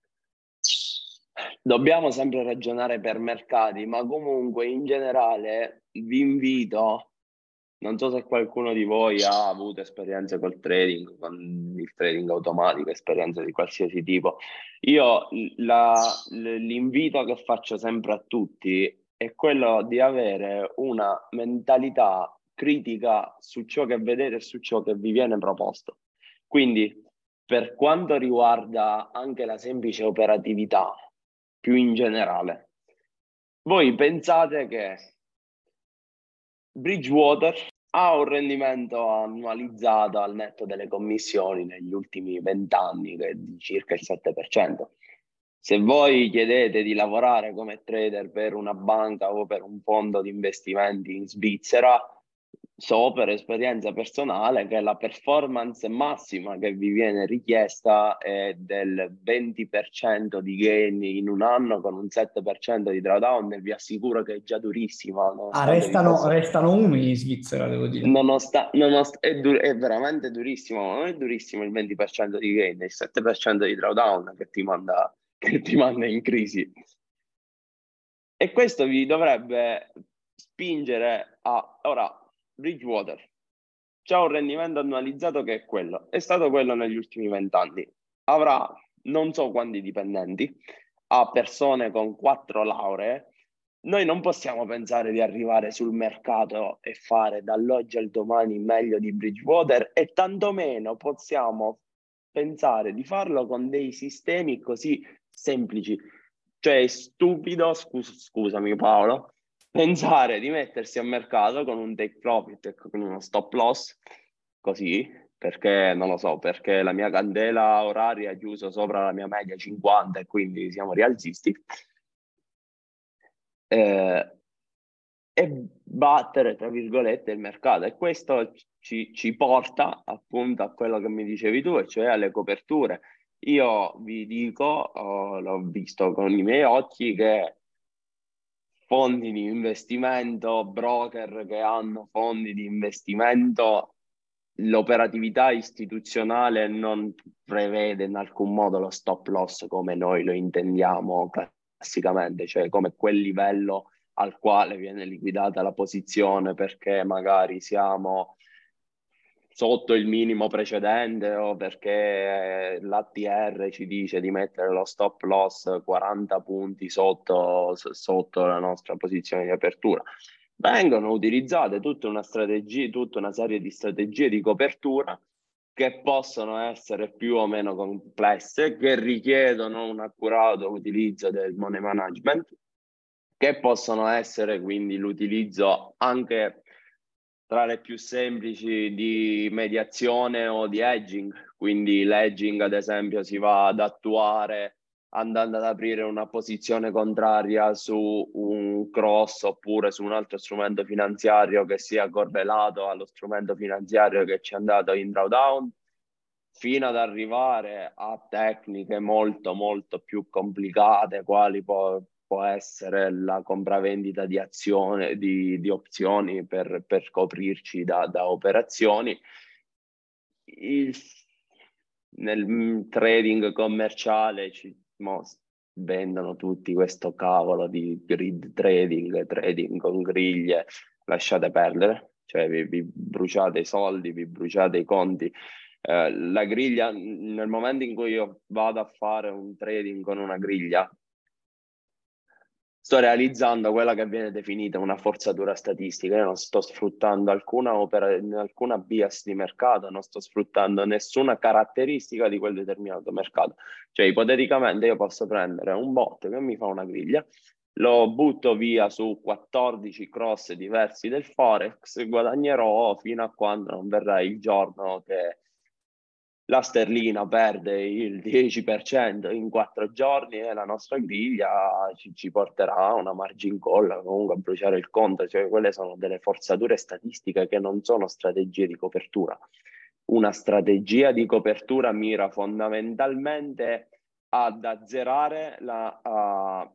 dobbiamo sempre ragionare per mercati, ma comunque in generale vi invito, non so se qualcuno di voi ha avuto esperienze col trading, con il trading automatico, esperienze di qualsiasi tipo. Io la, l'invito che faccio sempre a tutti è quello di avere una mentalità critica su ciò che vedete e su ciò che vi viene proposto. Quindi, per quanto riguarda anche la semplice operatività, più in generale, voi pensate che Bridgewater ha un rendimento annualizzato al netto delle commissioni negli ultimi vent'anni che è di circa il sette per cento. Se voi chiedete di lavorare come trader per una banca o per un fondo di investimenti in Svizzera, so per esperienza personale che la performance massima che vi viene richiesta è del venti per cento di gain in un anno con un sette per cento di drawdown, e vi assicuro che è già durissima. Ah, restano, restano umili in Svizzera, devo dire. Nonost- nonost- è, dur- è veramente durissimo, non è durissimo il venti per cento di gain, è il sette per cento di drawdown che ti manda, che ti manda in crisi. E questo vi dovrebbe spingere a... Ora, Bridgewater c'ha un rendimento annualizzato che è quello, è stato quello negli ultimi vent'anni. Avrà non so quanti dipendenti, ha persone con quattro lauree. Noi non possiamo pensare di arrivare sul mercato e fare dall'oggi al domani meglio di Bridgewater, e tantomeno possiamo pensare di farlo con dei sistemi così semplici. Cioè è stupido, scus- scusami Paolo, pensare di mettersi a mercato con un take profit e con uno stop loss, così, perché non lo so, perché la mia candela oraria è chiusa sopra la mia media cinquanta e quindi siamo rialzisti, eh, e battere, tra virgolette, il mercato. E questo ci, ci porta appunto a quello che mi dicevi tu, e cioè alle coperture. Io vi dico, oh, l'ho visto con i miei occhi, che fondi di investimento, broker che hanno fondi di investimento, l'operatività istituzionale non prevede in alcun modo lo stop loss come noi lo intendiamo classicamente, cioè come quel livello al quale viene liquidata la posizione perché magari siamo sotto il minimo precedente o perché l'A T R ci dice di mettere lo stop loss quaranta punti sotto, sotto la nostra posizione di apertura. Vengono utilizzate tutta una strategia, tutta una serie di strategie di copertura che possono essere più o meno complesse, che richiedono un accurato utilizzo del money management, che possono essere quindi l'utilizzo anche tra le più semplici di mediazione o di hedging. Quindi l'hedging, ad esempio, si va ad attuare andando ad aprire una posizione contraria su un cross oppure su un altro strumento finanziario che sia correlato allo strumento finanziario che ci è andato in drawdown, fino ad arrivare a tecniche molto molto più complicate, quali può, può essere la compravendita di azioni, di, di opzioni per, per coprirci da, da operazioni. Il, nel trading commerciale ci mo, vendono tutti questo cavolo di grid trading, trading con griglie, lasciate perdere, cioè vi, vi bruciate i soldi, vi bruciate i conti. Eh, la griglia, nel momento in cui io vado a fare un trading con una griglia, sto realizzando quella che viene definita una forzatura statistica. Io non sto sfruttando alcuna, opera, alcuna bias di mercato, non sto sfruttando nessuna caratteristica di quel determinato mercato. Cioè, ipoteticamente io posso prendere un bot che mi fa una griglia, lo butto via su quattordici cross diversi del Forex e guadagnerò fino a quando non verrà il giorno che la sterlina perde il dieci per cento in quattro giorni e la nostra griglia ci, ci porterà a una margin call, comunque a bruciare il conto. Cioè, quelle sono delle forzature statistiche che non sono strategie di copertura. Una strategia di copertura mira fondamentalmente ad azzerare la uh,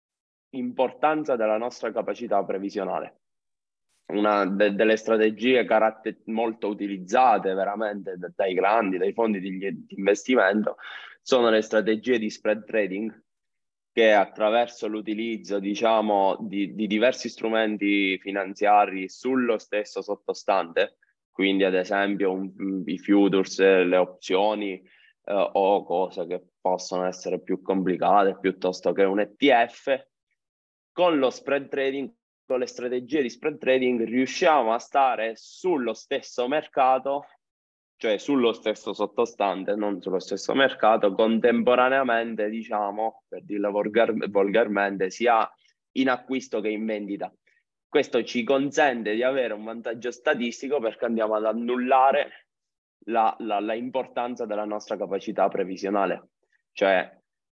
importanza della nostra capacità previsionale. Una de- delle strategie caratter- molto utilizzate veramente d- dai grandi, dai fondi di, di investimento, sono le strategie di spread trading, che attraverso l'utilizzo, diciamo, di, di diversi strumenti finanziari sullo stesso sottostante, quindi ad esempio un, i futures, le opzioni eh, o cose che possono essere più complicate piuttosto che un E T F, con lo spread trading, con le strategie di spread trading riusciamo a stare sullo stesso mercato, cioè sullo stesso sottostante, non sullo stesso mercato, contemporaneamente, diciamo, per dirla volgar- volgarmente, sia in acquisto che in vendita. Questo ci consente di avere un vantaggio statistico perché andiamo ad annullare la, la, la importanza della nostra capacità previsionale. Cioè,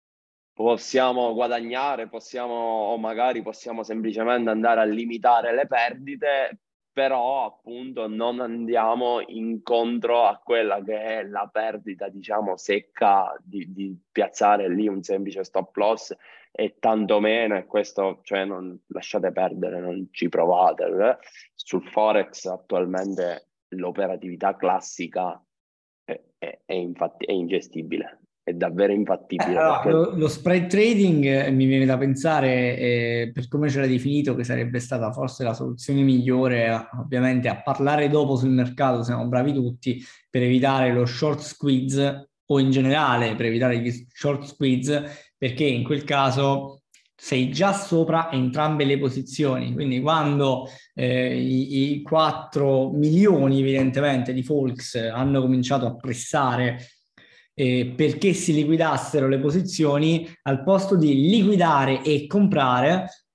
possiamo guadagnare, possiamo, o magari possiamo semplicemente andare a limitare le perdite, però appunto non andiamo incontro a quella che è la perdita, diciamo, secca di, di piazzare lì un semplice stop loss, e tantomeno, e questo, cioè, non lasciate perdere, non ci provate. Eh? Sul Forex attualmente l'operatività classica è, è, è infatti è ingestibile. È davvero infattibile. Allora, perché... lo, lo spread trading eh, mi viene da pensare, eh, per come ce l'hai definito, che sarebbe stata forse la soluzione migliore, eh, ovviamente a parlare dopo sul mercato, siamo bravi tutti, per evitare lo short squeeze o in generale per evitare gli short squeeze, perché in quel caso sei già sopra entrambe le posizioni, quindi quando eh, i, i quattro milioni evidentemente di folks hanno cominciato a pressare Eh, perché si liquidassero le posizioni, al posto di liquidare e comprare,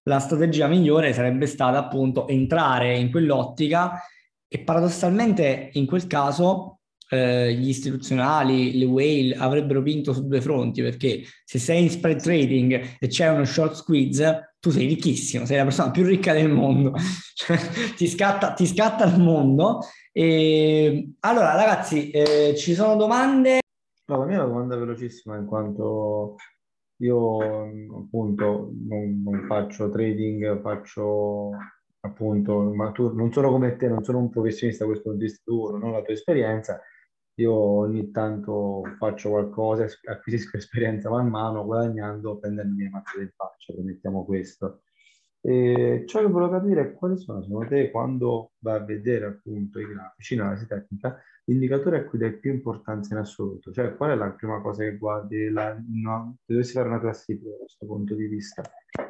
la strategia migliore sarebbe stata appunto entrare in quell'ottica e paradossalmente in quel caso eh, gli istituzionali, le whale avrebbero vinto su due fronti, perché se sei in spread trading e c'è uno short squeeze, tu sei ricchissimo, sei la persona più ricca del mondo, ti scatta, ti scatta il mondo. E allora ragazzi, eh, ci sono domande? No, la mia è una domanda velocissima, in quanto io appunto non, non faccio trading, faccio appunto, ma tu non sono come te, non sono un professionista, questo punto di vista tu, non ho la tua esperienza, io ogni tanto faccio qualcosa, acquisisco esperienza man mano, guadagnando, prendendomi le mazzate in faccia, mettiamo questo. E ciò che volevo capire è quali sono, secondo te, quando vai a vedere appunto i grafici, l'analisi tecnica, l'indicatore a cui dai più importanza in assoluto, cioè qual è la prima cosa che guardi, la, no, se dovessi fare una classifica da questo punto di vista?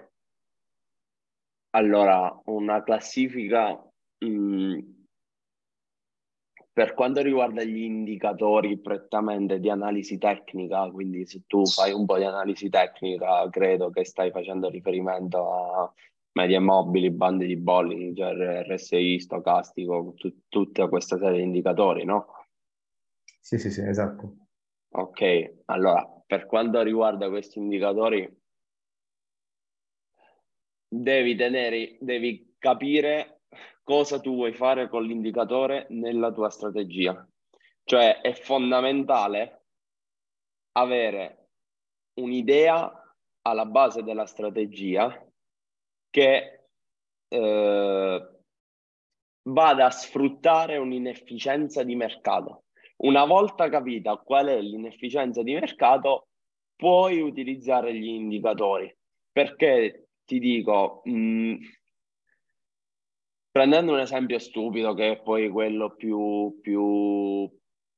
Allora, una classifica mh, per quanto riguarda gli indicatori prettamente di analisi tecnica, quindi se tu fai un po' di analisi tecnica, credo che stai facendo riferimento a medie mobili, bande di Bollinger, R S I, stocastico, tu- tutta questa serie di indicatori, no? Sì, sì, sì, esatto. Ok, allora, per quanto riguarda questi indicatori, devi tenere, devi capire cosa tu vuoi fare con l'indicatore nella tua strategia. Cioè è fondamentale avere un'idea alla base della strategia che eh, vada a sfruttare un'inefficienza di mercato. Una volta capita qual è l'inefficienza di mercato, puoi utilizzare gli indicatori. Perché ti dico, mh, prendendo un esempio stupido che è poi quello più, più,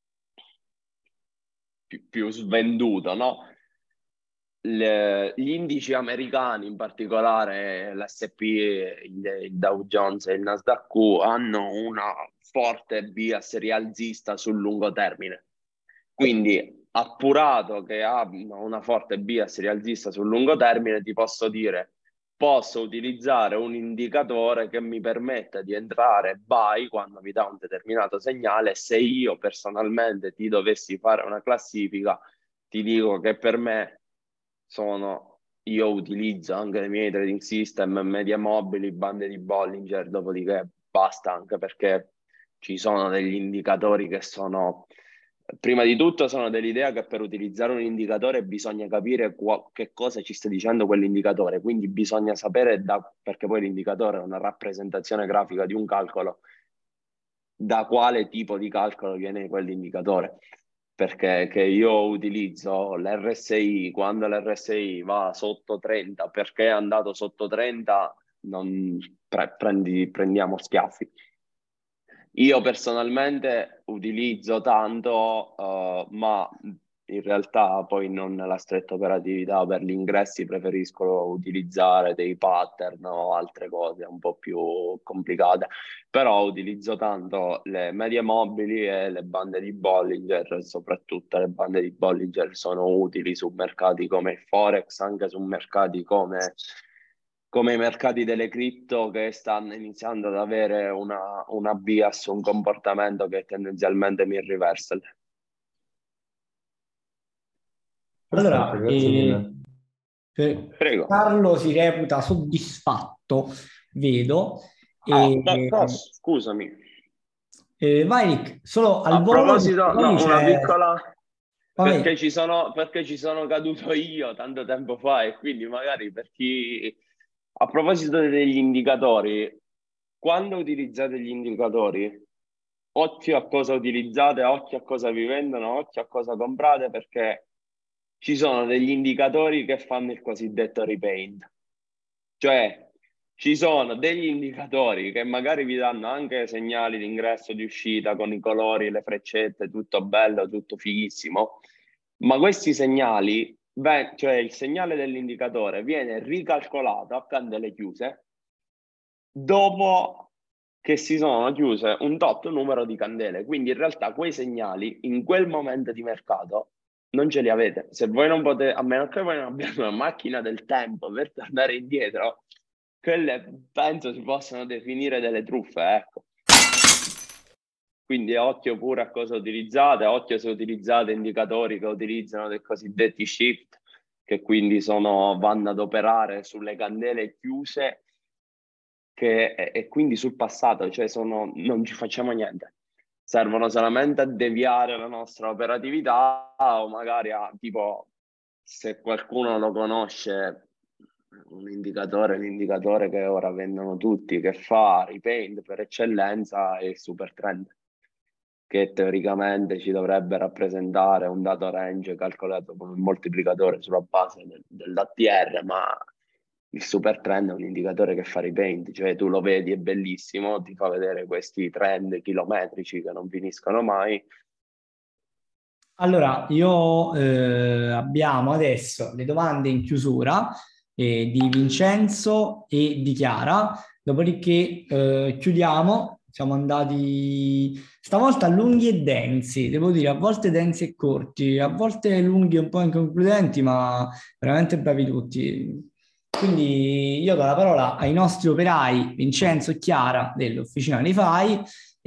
più, più svenduto, no? Le, gli indici americani, in particolare l'S and P, il, il Dow Jones e il Nasdaq Q, hanno una forte bias rialzista sul lungo termine. Quindi, appurato che hanno una forte bias rialzista sul lungo termine, ti posso dire, posso utilizzare un indicatore che mi permetta di entrare buy quando mi dà un determinato segnale. Se io personalmente ti dovessi fare una classifica, ti dico che per me sono, io utilizzo anche nei miei trading system medie mobili, bande di Bollinger, dopodiché basta, anche perché ci sono degli indicatori che sono, prima di tutto sono dell'idea che per utilizzare un indicatore bisogna capire qua, che cosa ci sta dicendo quell'indicatore, quindi bisogna sapere, da, perché poi l'indicatore è una rappresentazione grafica di un calcolo, da quale tipo di calcolo viene quell'indicatore. Perché che io utilizzo l'R S I, quando l'R S I va sotto trenta, perché è andato sotto trenta, non pre- prendi, prendiamo schiaffi. Io personalmente utilizzo tanto, uh, ma in realtà poi non nella stretta operatività, per gli ingressi preferisco utilizzare dei pattern o altre cose un po' più complicate, però utilizzo tanto le medie mobili e le bande di Bollinger. Soprattutto le bande di Bollinger sono utili su mercati come il Forex, anche su mercati come come i mercati delle cripto, che stanno iniziando ad avere una, una bias, un comportamento che è tendenzialmente mean reversal. Allora, Perfetto, grazie eh, mille. per- Prego. Carlo si reputa soddisfatto, vedo. Ah, E, po- posso, scusami. eh, vai Nick, solo al A volo, perché proposito, poi no, una c'è... piccola... Vai. Perché ci sono, perché ci sono caduto io tanto tempo fa, e quindi magari per chi... A proposito degli indicatori, quando utilizzate gli indicatori, occhio a cosa utilizzate, occhio a cosa vi vendono, occhio a cosa comprate, perché ci sono degli indicatori che fanno il cosiddetto repaint. Cioè, ci sono degli indicatori che magari vi danno anche segnali di ingresso, di uscita, con i colori, le freccette, tutto bello, tutto fighissimo, ma questi segnali, beh, cioè il segnale dell'indicatore viene ricalcolato a candele chiuse dopo che si sono chiuse un tot numero di candele. Quindi in realtà quei segnali in quel momento di mercato non ce li avete. Se voi non potete, a meno che voi non abbiate una macchina del tempo per tornare indietro, quelle penso si possano definire delle truffe, ecco. Quindi occhio pure a cosa utilizzate, occhio se utilizzate indicatori che utilizzano dei cosiddetti shift, che quindi sono, vanno ad operare sulle candele chiuse che, e quindi sul passato, cioè sono, non ci facciamo niente. Servono solamente a deviare la nostra operatività o magari a, tipo, se qualcuno lo conosce, un indicatore, l'indicatore che ora vendono tutti, che fa repaint per eccellenza, è il super trend, che teoricamente ci dovrebbe rappresentare un dato range calcolato con un moltiplicatore sulla base del, dell'A T R, ma il super trend è un indicatore che fa repaint, cioè tu lo vedi, è bellissimo, ti fa vedere questi trend chilometrici che non finiscono mai. Allora, io eh, abbiamo adesso le domande in chiusura eh, di Vincenzo e di Chiara, dopodiché eh, chiudiamo. Siamo andati stavolta lunghi e densi, devo dire, a volte densi e corti, a volte lunghi e un po' inconcludenti, ma veramente bravi tutti. Quindi io do la parola ai nostri operai, Vincenzo e Chiara dell'Officina dei F A I,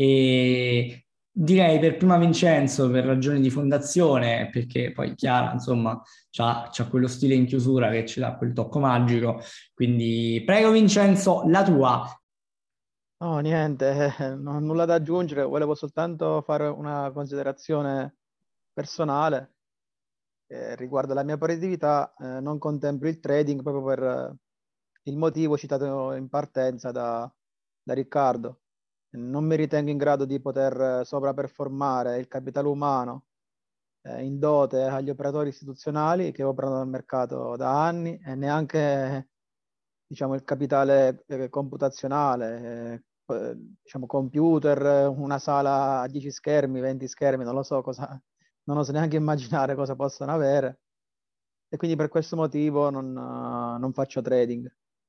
e direi per prima Vincenzo per ragioni di fondazione, perché poi Chiara, insomma, c'ha, c'ha quello stile in chiusura che ci dà quel tocco magico. Quindi prego Vincenzo, la tua. No, niente, eh, non ho nulla da aggiungere, volevo soltanto fare una considerazione personale eh, riguardo la mia operatività. Eh, non contemplo il trading proprio per eh, il motivo citato in partenza da, da Riccardo. Non mi ritengo in grado di poter eh, sovraperformare il capitale umano eh, in dote agli operatori istituzionali che operano nel mercato da anni, e neanche diciamo, il capitale eh, computazionale, eh, diciamo computer, una sala a dieci schermi, venti schermi, non lo so cosa, non oso neanche immaginare cosa possano avere, e quindi per questo motivo non, uh, non faccio trading.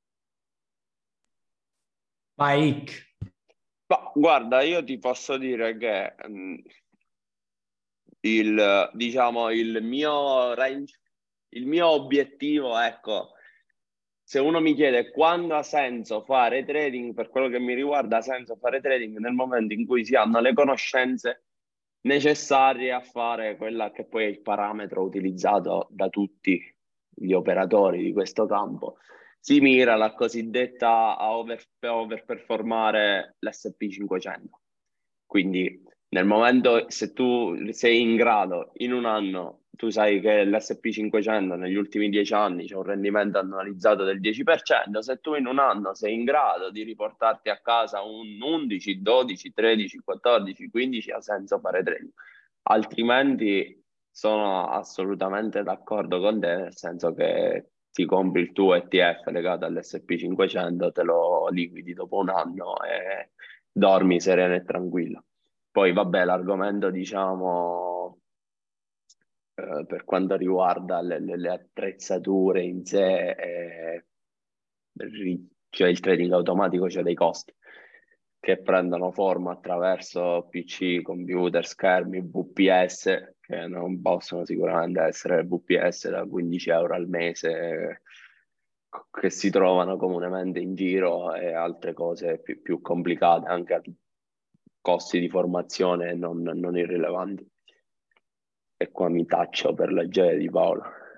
Vai Rick. Ma guarda, io ti posso dire che mh, il, diciamo, il mio range, il mio obiettivo, ecco, se uno mi chiede quando ha senso fare trading, per quello che mi riguarda ha senso fare trading nel momento in cui si hanno le conoscenze necessarie a fare quella che poi è il parametro utilizzato da tutti gli operatori di questo campo. Si mira alla cosiddetta a over, overperformare l'S and P cinquecento. Quindi nel momento, se tu sei in grado in un anno, tu sai che l'S and P cinquecento negli ultimi dieci anni c'è un rendimento annualizzato del dieci per cento, se tu in un anno sei in grado di riportarti a casa un undici, dodici, tredici, quattordici, quindici, ha senso fare trading. Altrimenti sono assolutamente d'accordo con te, nel senso che ti compri il tuo E T F legato all'S and P cinquecento, te lo liquidi dopo un anno e dormi sereno e tranquillo. Poi vabbè, l'argomento diciamo eh, per quanto riguarda le, le, le attrezzature in sé, eh, cioè il trading automatico, c'è dei costi che prendono forma attraverso P C, computer, schermi, V P S, che non possono sicuramente essere V P S da quindici euro al mese, che si trovano comunemente in giro, e altre cose più, più complicate, anche a costi di formazione non, non irrilevanti. E qua mi taccio per la gioia di Paolo.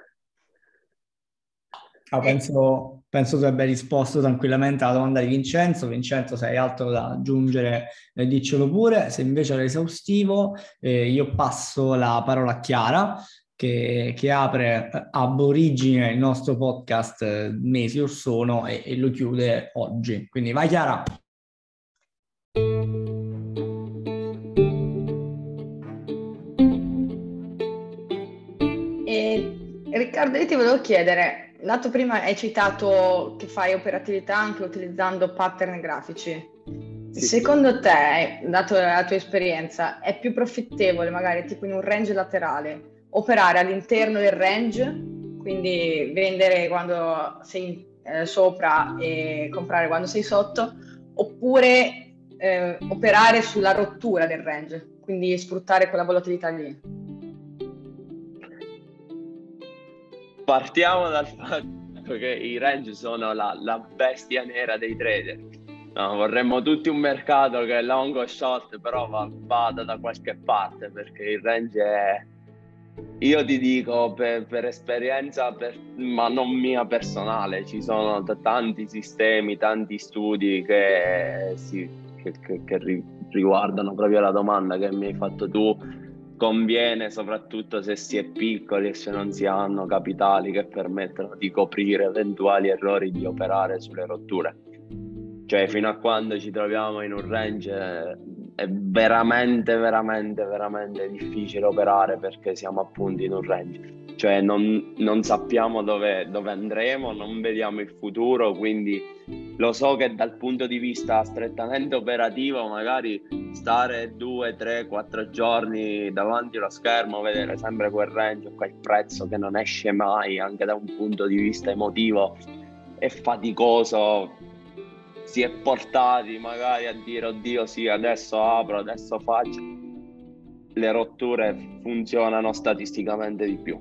Ah, penso, penso tu abbia risposto tranquillamente alla domanda di Vincenzo. Vincenzo, se hai altro da aggiungere, eh, diccelo pure. Se invece era esaustivo, eh, io passo la parola a Chiara, che, che apre eh, ab origine il nostro podcast eh, mesi or sono e, e lo chiude oggi. Quindi vai Chiara. E, Riccardo, io ti volevo chiedere, dato prima hai citato che fai operatività anche utilizzando pattern grafici, Sì. Secondo te, dato la tua esperienza, è più profittevole magari tipo in un range laterale operare all'interno del range, quindi vendere quando sei eh, sopra e comprare quando sei sotto, oppure eh, operare sulla rottura del range, quindi sfruttare quella volatilità lì? Partiamo dal fatto detto che i range sono la, la bestia nera dei trader. No, vorremmo tutti un mercato che è long o short, però va, vada da qualche parte, perché il range è... Io ti dico per, per esperienza, per, ma non mia personale, ci sono t- tanti sistemi, tanti studi che, si, che, che, che ri, riguardano proprio la domanda che mi hai fatto tu. Conviene soprattutto se si è piccoli e se non si hanno capitali che permettono di coprire eventuali errori di operare sulle rotture. Cioè, fino a quando ci troviamo in un range è veramente, veramente, veramente difficile operare, perché siamo appunto in un range. Cioè, non, non sappiamo dove, dove andremo, non vediamo il futuro, quindi lo so che dal punto di vista strettamente operativo, magari stare due, tre, quattro giorni davanti allo schermo, vedere sempre quel range, quel prezzo che non esce mai, anche da un punto di vista emotivo, è faticoso. Si è portati magari a dire oddio sì, adesso apro, adesso faccio. Le rotture funzionano statisticamente di più,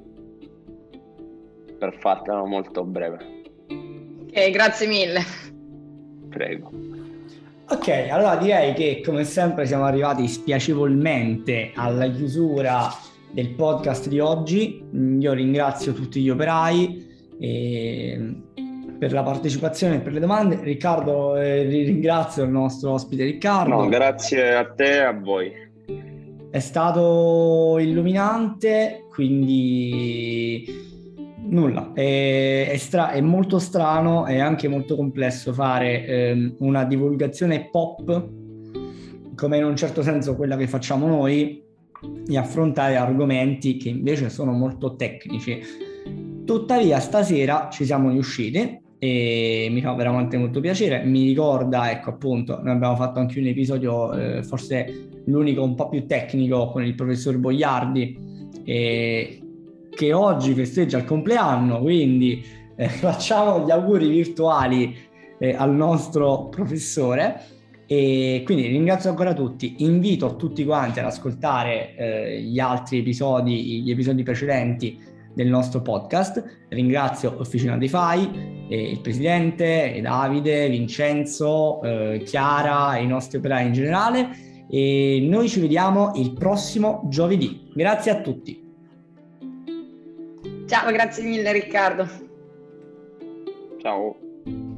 per fartela molto breve. Ok, grazie mille. Prego. Ok, allora direi che come sempre siamo arrivati spiacevolmente alla chiusura del podcast di oggi. Io ringrazio tutti gli operai e per la partecipazione e per le domande. Riccardo, eh, ringrazio il nostro ospite Riccardo. No, grazie a te e a voi. È stato illuminante, quindi nulla, è, è, stra- è molto strano e anche molto complesso fare ehm, una divulgazione pop, come in un certo senso quella che facciamo noi, e affrontare argomenti che invece sono molto tecnici. Tuttavia stasera ci siamo riusciti e mi fa veramente molto piacere. Mi ricorda, ecco appunto, noi abbiamo fatto anche un episodio, eh, forse l'unico un po' più tecnico, con il professor Boiardi, eh, che oggi festeggia il compleanno, quindi eh, facciamo gli auguri virtuali eh, al nostro professore. E quindi ringrazio ancora tutti, invito tutti quanti ad ascoltare eh, gli altri episodi, gli episodi precedenti del nostro podcast. Ringrazio Officina DeFi, eh, il presidente, Davide, Vincenzo, eh, Chiara e i nostri operai in generale, e noi ci vediamo il prossimo giovedì. Grazie a tutti. Ciao, grazie mille Riccardo. Ciao.